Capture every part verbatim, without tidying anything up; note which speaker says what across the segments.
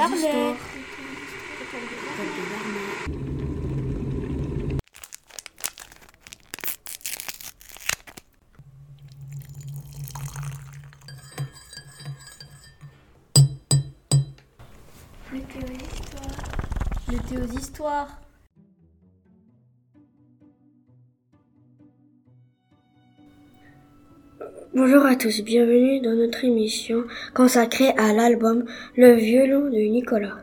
Speaker 1: Barnet.
Speaker 2: Météo d'histoire.
Speaker 3: Bonjour à tous, bienvenue dans notre émission consacrée à l'album Le violon de Nicolas.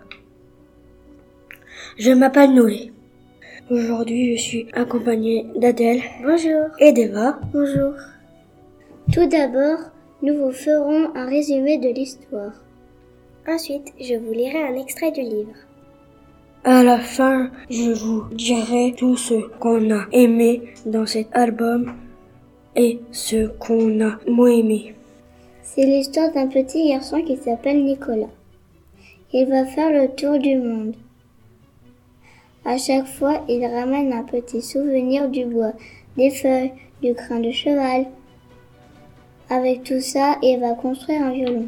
Speaker 3: Je m'appelle Noé. Aujourd'hui, je suis accompagnée d'Adèle.
Speaker 4: Bonjour.
Speaker 3: Et d'Eva.
Speaker 4: Bonjour. Tout d'abord, nous vous ferons un résumé de l'histoire. Ensuite, je vous lirai un extrait du livre.
Speaker 3: À la fin, je vous dirai tout ce qu'on a aimé dans cet album et ce qu'on a moins aimé.
Speaker 4: C'est l'histoire d'un petit garçon qui s'appelle Nicolas. Il va faire le tour du monde. À chaque fois, il ramène un petit souvenir du bois, des feuilles, du crin de cheval. Avec tout ça, il va construire un violon.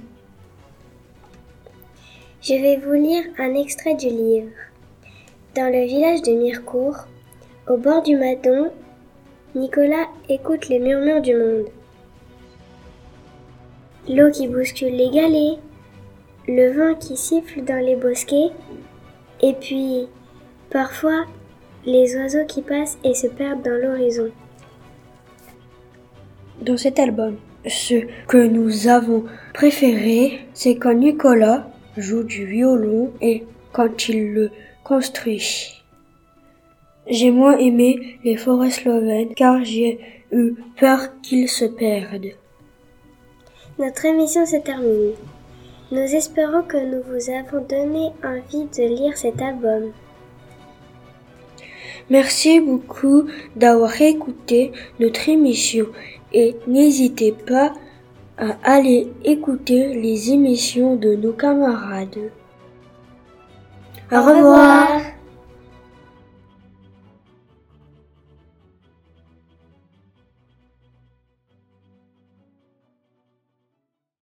Speaker 4: Je vais vous lire un extrait du livre. Dans le village de Mirecourt, au bord du Madon, Nicolas écoute les murmures du monde. L'eau qui bouscule les galets, le vent qui siffle dans les bosquets, et puis, parfois, les oiseaux qui passent et se perdent dans l'horizon.
Speaker 3: Dans cet album, ce que nous avons préféré, c'est quand Nicolas joue du violon et quand il le construit. J'ai moins aimé les forêts slovènes car j'ai eu peur qu'ils se perdent.
Speaker 4: Notre émission se termine. Nous espérons que nous vous avons donné envie de lire cet album.
Speaker 3: Merci beaucoup d'avoir écouté notre émission et n'hésitez pas à aller écouter les émissions de nos camarades. Au, Au revoir. revoir.